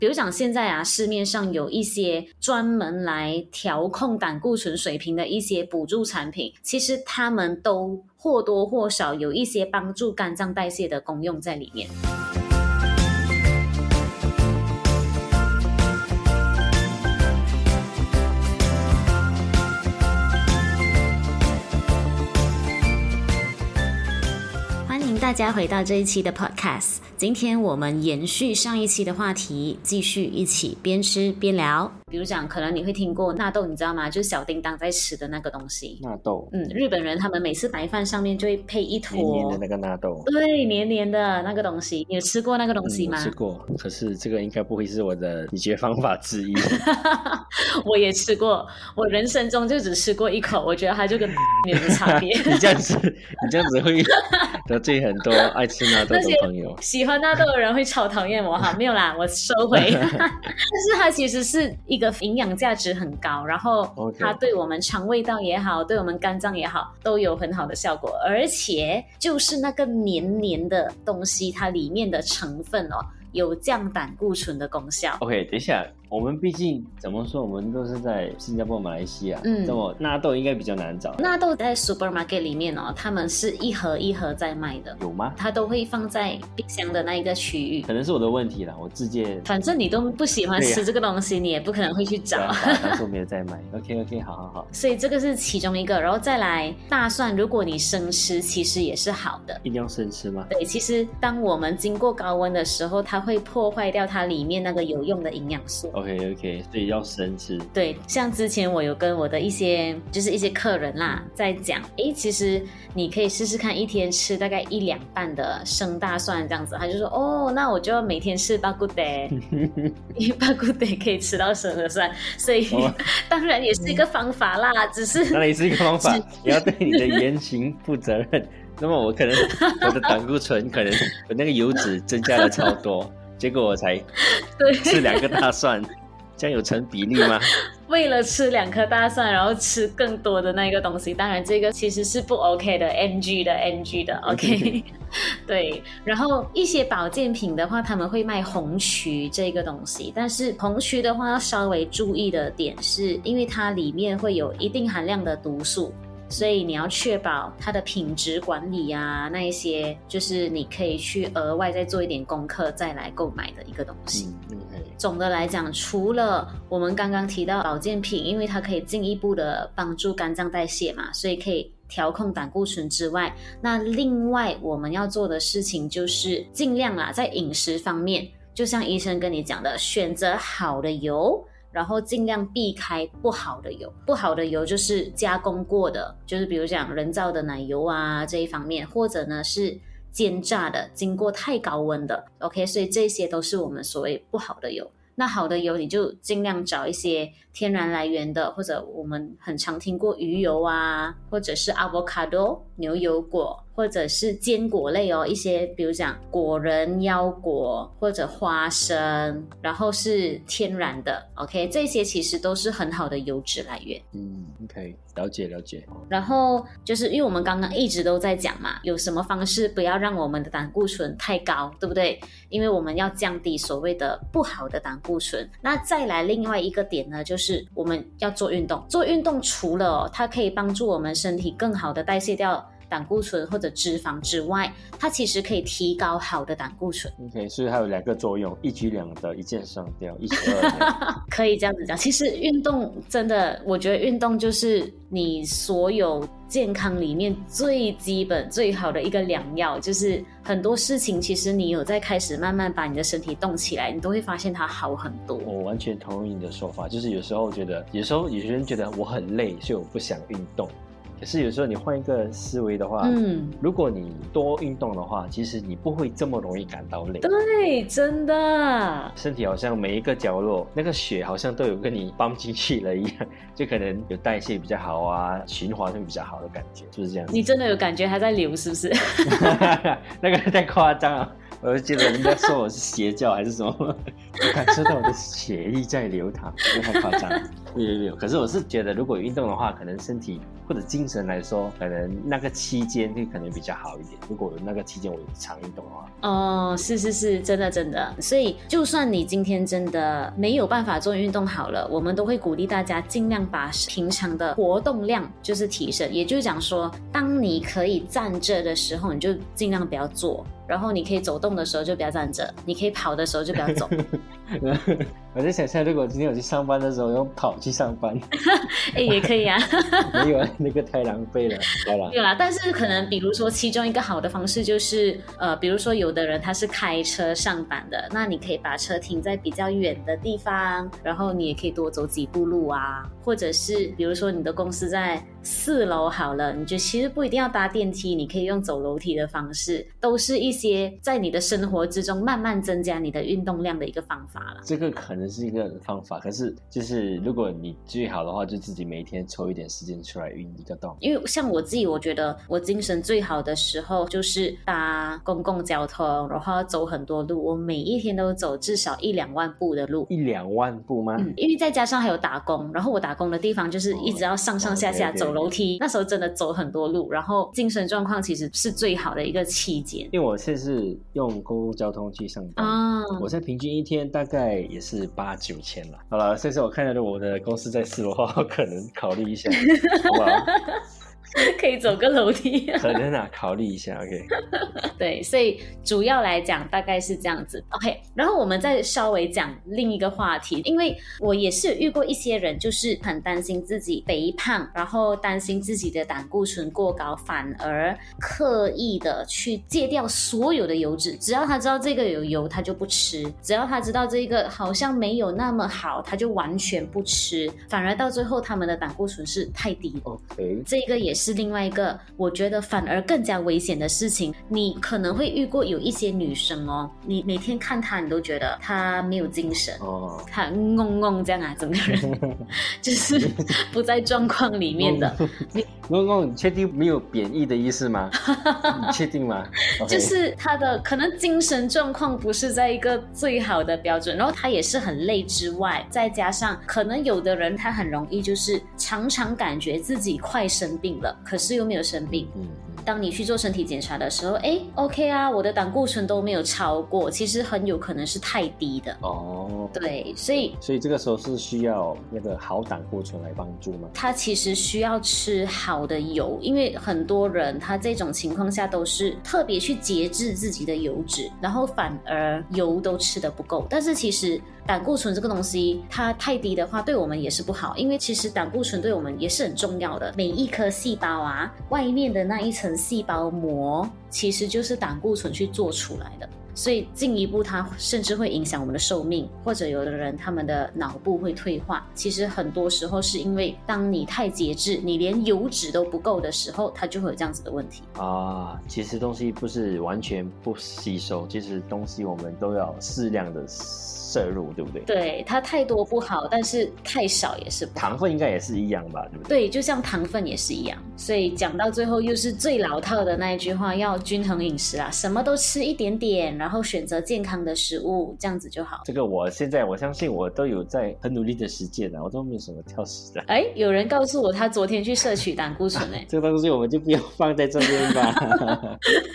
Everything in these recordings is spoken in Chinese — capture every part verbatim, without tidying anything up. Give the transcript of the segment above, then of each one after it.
比如讲现在啊，市面上有一些专门来调控胆固醇水平的一些补助产品，其实它们都或多或少有一些帮助肝脏代谢的功用在里面。大家回到这一期的 podcast， 今天我们延续上一期的话题，继续一起边吃边聊。比如讲，可能你会听过纳豆，你知道吗？就是小叮当在吃的那个东西。 纳豆， 嗯，日本人他们每次白饭上面就会配一坨黏黏的那个纳豆， 对，黏黏的那个东西。你有吃过那个东西吗？ 嗯、我吃过，可是这个应该不会是我的解决方法之一。 我也吃过，我人生中就只吃过一口，我觉得它就跟没有什么差别。 你这样子，你这样子会得罪很多爱吃纳豆的朋友。 喜欢纳豆的人会超讨厌我哈，没有啦，我收回。但是它其实是一个营养价值很高，然后它对我们肠胃道也好，对我们肝脏也好，都有很好的效果。而且就是那个黏黏的东西，它里面的成分哦，有降胆固醇的功效。 OK， 等一下，我们毕竟怎么说，我们都是在新加坡马来西亚， 嗯， 这么纳豆应该比较难找。 纳豆在 supermarket 里面哦，他们是一盒一盒在卖的。 有吗？ 它都会放在冰箱的那一个区域。 可能是我的问题啦，我直接反正你都不喜欢吃这个东西，啊，你也不可能会去找。 当时我没有在买。OK OK， 好好好。 所以这个是其中一个，然后再来大蒜，如果你生吃，其实也是好的。 一定要生吃吗？ 对，其实当我们经过高温的时候，它会破坏掉它里面那个有用的营养素。 OK OK， 所以要生吃。 对，像之前我有跟我的一些就是一些客人啦在讲，诶，其实你可以试试看，一天吃大概一两瓣的生大蒜这样子。他就说，哦，那我就要每天吃巴古德，因为巴古德可以吃到生的蒜，所以、哦、当然也是一个方法啦，只是当然也是一个方法，你要对你的言行负责任。那么我可能我的胆固醇可能我那个油脂增加了超多，结果我才吃两个大蒜，这样有成比例吗？ 为了吃两颗大蒜，然后吃更多的那个东西，当然这个其实是不 OK 的 ，N G 的 N G 的 OK 对，然后一些保健品的话，他们会卖红曲这个东西，但是红曲的话要稍微注意的点是，因为它里面会有一定含量的毒素，所以你要确保它的品质管理啊，那一些就是你可以去额外再做一点功课再来购买的一个东西。 嗯 okay. 总的来讲，除了我们刚刚提到保健品，因为它可以进一步的帮助肝脏代谢嘛，所以可以调控胆固醇之外，那另外我们要做的事情就是尽量啦，在饮食方面，就像医生跟你讲的，选择好的油，然后尽量避开不好的油。不好的油就是加工过的，就是比如讲人造的奶油啊这一方面，或者呢是煎炸的，经过太高温的 OK， 所以这些都是我们所谓不好的油。那好的油你就尽量找一些天然来源的，或者我们很常听过鱼油啊，或者是 avocado 牛油果，或者是坚果类哦，一些比如讲果仁、腰果或者花生，然后是天然的 OK， 这些其实都是很好的油脂来源。 嗯 OK， 了解了解。 然后就是因为我们刚刚一直都在讲嘛，有什么方式不要让我们的胆固醇太高，对不对？因为我们要降低所谓的不好的胆固醇。那再来另外一个点呢，就是我们要做运动。做运动除了、哦、它可以帮助我们身体更好的代谢掉胆固醇或者脂肪之外，它其实可以提高好的胆固醇。 OK， 所以它有两个作用，一举两得，一箭双雕，一石二鸟。 可以这样子讲。其实运动真的，我觉得运动就是你所有健康里面最基本最好的一个良药，就是很多事情其实你有在开始慢慢把你的身体动起来，你都会发现它好很多。 我完全同意你的说法，就是有时候觉得有时候有些人觉得我很累，所以我不想运动，可是有时候你换一个思维的话，嗯，如果你多运动的话，其实你不会这么容易感到累。 对，真的， 身体好像每一个角落那个血好像都有跟你帮进去了一样，就可能有代谢比较好啊，循环会比较好的感觉，是不是这样？ 你真的有感觉它在流是不是？ 那个太夸张了，我就觉得人家说我是邪教还是什么，我感受到我的血液在流淌，这太夸张了。 有有有，可是我是觉得如果运动的话，可能身体或者精神来说，可能那个期间会可能比较好一点。如果那个期间我有常运动的话， 哦，是是是，真的真的。所以就算你今天真的没有办法做运动好了，我们都会鼓励大家尽量把平常的活动量就是提升，也就是讲说，当你可以站着的时候，你就尽量不要坐。然后你可以走动的时候就不要站着，你可以跑的时候就不要走。 我在想象，如果今天我去上班的时候用跑去上班， 哎，也可以啊。 没有啊，那个太浪费了。 没有啦，但是可能比如说其中一个好的方式就是，呃，比如说有的人他是开车上班的，那你可以把车停在比较远的地方，然后你也可以多走几步路啊，或者是比如说你的公司在四楼好了，你就其实不一定要搭电梯，你可以用走楼梯的方式，都是一些在你的生活之中慢慢增加你的运动量的一个方法了。 这个可能是一个方法，可是就是如果你最好的话，就自己每天抽一点时间出来运一个动。 因为像我自己，我觉得我精神最好的时候就是搭公共交通，然后要走很多路，我每一天都走至少一两万步的路。 一两万步吗？ 嗯，因为再加上还有打工，然后我打工的地方就是一直要上上下下走楼梯，那时候真的走很多路，然后精神状况其实是最好的一个期间。 因为我现在是用公共交通去上班啊，我现在平均一天大概也是八九千了。好了，所以说我看到我的公司在四楼的话，我可能考虑一下，好不好？ 可以走个楼梯， 可能啊，考虑一下 ，OK。 对，所以主要来讲大概是这样子 ，OK。然后我们再稍微讲另一个话题，因为我也是遇过一些人，就是很担心自己肥胖，然后担心自己的胆固醇过高，反而刻意的去戒掉所有的油脂，只要他知道这个有油，他就不吃；只要他知道这个好像没有那么好，他就完全不吃，反而到最后他们的胆固醇是太低的。 OK， 这个也是。是另外一个我觉得反而更加危险的事情。你可能会遇过有一些女生哦，你每天看她你都觉得她没有精神哦，她嗡嗡这样啊，整个人就是不在状况里面的。 你嗡嗡，你确定没有贬义的意思吗？你确定吗？ Okay. 就是她的可能精神状况不是在一个最好的标准，然后她也是很累之外，再加上可能有的人他很容易就是常常感觉自己快生病了，可是又没有生病。嗯，当你去做身体检查的时候，哎 ，OK 啊，我的胆固醇都没有超过，其实很有可能是太低的。哦，对，所以所以这个时候是需要那个好胆固醇来帮助吗？ 他其实需要吃好的油，因为很多人他这种情况下都是特别去节制自己的油脂，然后反而油都吃得不够。但是其实胆固醇这个东西它太低的话对我们也是不好，因为其实胆固醇对我们也是很重要的。每一颗细胞啊，外面的那一层细胞膜其实就是胆固醇去做出来的，所以进一步它甚至会影响我们的寿命，或者有的人他们的脑部会退化。其实很多时候是因为当你太节制，你连油脂都不够的时候，它就会有这样子的问题啊。其实东西不是完全不吸收，其实东西我们都要适量的摄入，对不对？ 对，它太多不好，但是太少也是不好。 糖分应该也是一样吧，对不对？ 对，就像糖分也是一样。所以讲到最后又是最老套的那一句话，要均衡饮食啊，什么都吃一点点，然后选择健康的食物，这样子就好。 这个我现在我相信我都有在很努力的实践了，我都没有什么挑食的。 哎，有人告诉我他昨天去摄取胆固醇哎， 这个东西我们就不要放在这边吧。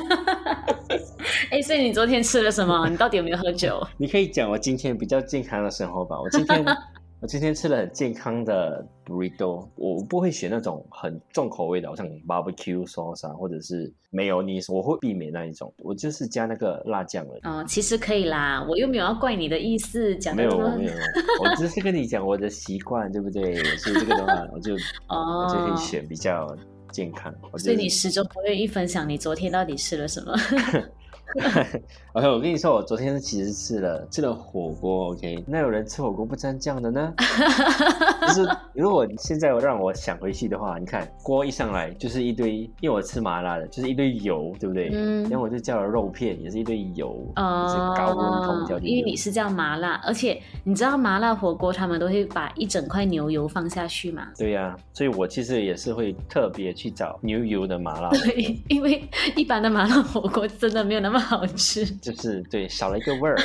哎，所以你昨天吃了什么？你到底有没有喝酒？ 你可以讲我今天比较健康的生活吧。我今天我今天吃了很健康的 burrito， 我不会选那种很重口味的，好像 barbecue sauce 或者是 mayonnaise， 我会避免那一种，我就是加那个辣酱了。 哦，其实可以啦，我又没有要怪你的意思，讲没有没有，我只是跟你讲我的习惯，对不对？所以这个的话，我就哦，我就可以选比较健康。 所以你始终不愿意分享你昨天到底吃了什么？ OK， 我跟你说，我昨天其实吃了吃了火锅 ，OK， 那有人吃火锅不沾酱的呢？就是如果现在让我想回去的话，你看锅一上来就是一堆，因为我吃麻辣的，就是一堆油，对不对？嗯。然后我就叫了肉片，也是一堆油，哦，就是高温烹调的油。 因为你是叫麻辣，而且你知道麻辣火锅他们都会把一整块牛油放下去嘛？ 对呀，啊，所以我其实也是会特别去找牛油的麻辣。 对，因为一般的麻辣火锅真的没有那么好吃， 就是对少了一个味儿。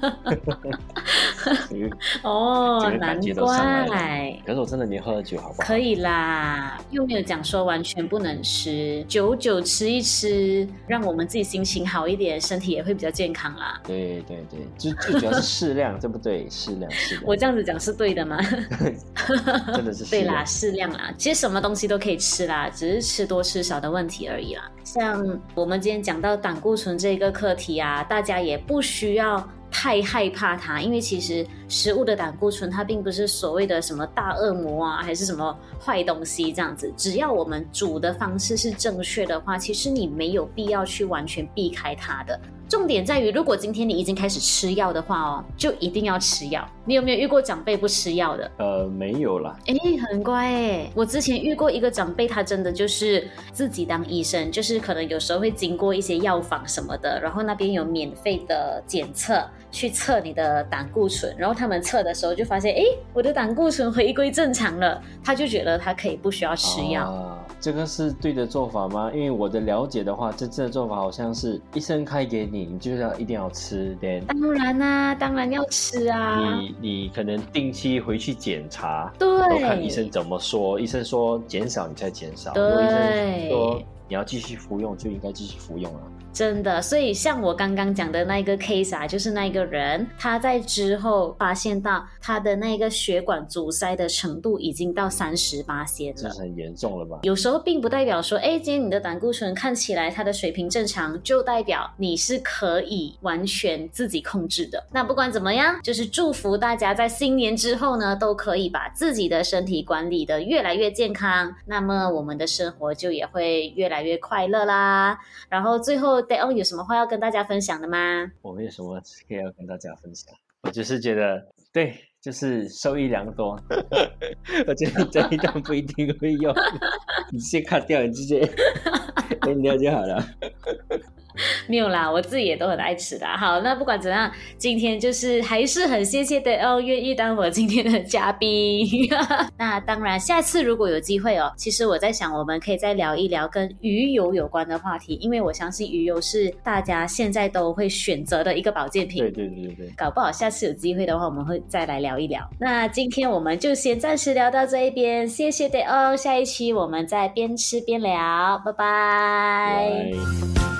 哦，难怪。可是我真的没喝酒，好不好？ 可以啦，又没有讲说完全不能吃，久久吃一吃，让我们自己心情好一点，身体也会比较健康啦。 对对对，最最主要是适量，对不对？适量适量。 我这样子讲是对的吗？ 真的是对啦，适量啦。其实什么东西都可以吃啦，只是吃多吃少的问题而已啦。像我们今天讲到胆固醇这个课题啊，大家也不需要太害怕它，因为其实食物的胆固醇它并不是所谓的什么大恶魔啊，还是什么坏东西这样子。只要我们煮的方式是正确的话，其实你没有必要去完全避开它的。重点在于，如果今天你已经开始吃药的话哦，就一定要吃药。你有没有遇过长辈不吃药的？ 呃，没有啦。 哎，很乖哎。我之前遇过一个长辈，他真的就是自己当医生，就是可能有时候会经过一些药房什么的，然后那边有免费的检测，去测你的胆固醇，然后他们测的时候就发现，哎，我的胆固醇回归正常了，他就觉得他可以不需要吃药。 啊，这个是对的做法吗？因为我的了解的话，真正的做法好像是医生开给你，你就是要一定要吃。then 当然啊，当然要吃啊。 你你可能定期回去检查， 对， 都看医生怎么说。医生说减少，你才减少。 对， 如果医生说你要继续服用，就应该继续服用啊。 真的，所以像我刚刚讲的那个 case 啊，就是那个人他在之后发现到他的那个血管阻塞的程度已经到 百分之三十八 了， 这是很严重了吧？ 有时候并不代表说，哎，今天你的胆固醇看起来它的水平正常，就代表你是可以完全自己控制的。那不管怎么样，就是祝福大家在新年之后呢，都可以把自己的身体管理的越来越健康，那么我们的生活就也会越来越快乐啦。然后最后Daon 有什么话要跟大家分享的吗？ 我没有什么可以要跟大家分享，我就是觉得对，就是受益良多。我觉得这一段不一定会用，你直接cut掉，你直接扔掉就好了。 没有啦，我自己也都很爱吃的。好，那不管怎样，今天就是还是很谢谢Daon愿意当我今天的嘉宾。那当然，下次如果有机会哦，其实我在想，我们可以再聊一聊跟鱼油有关的话题，因为我相信鱼油是大家现在都会选择的一个保健品。 对对对对对， 搞不好下次有机会的话，我们会再来聊一聊。那今天我们就先暂时聊到这一边，谢谢Daon，下一期我们再边吃边聊，拜拜。 拜。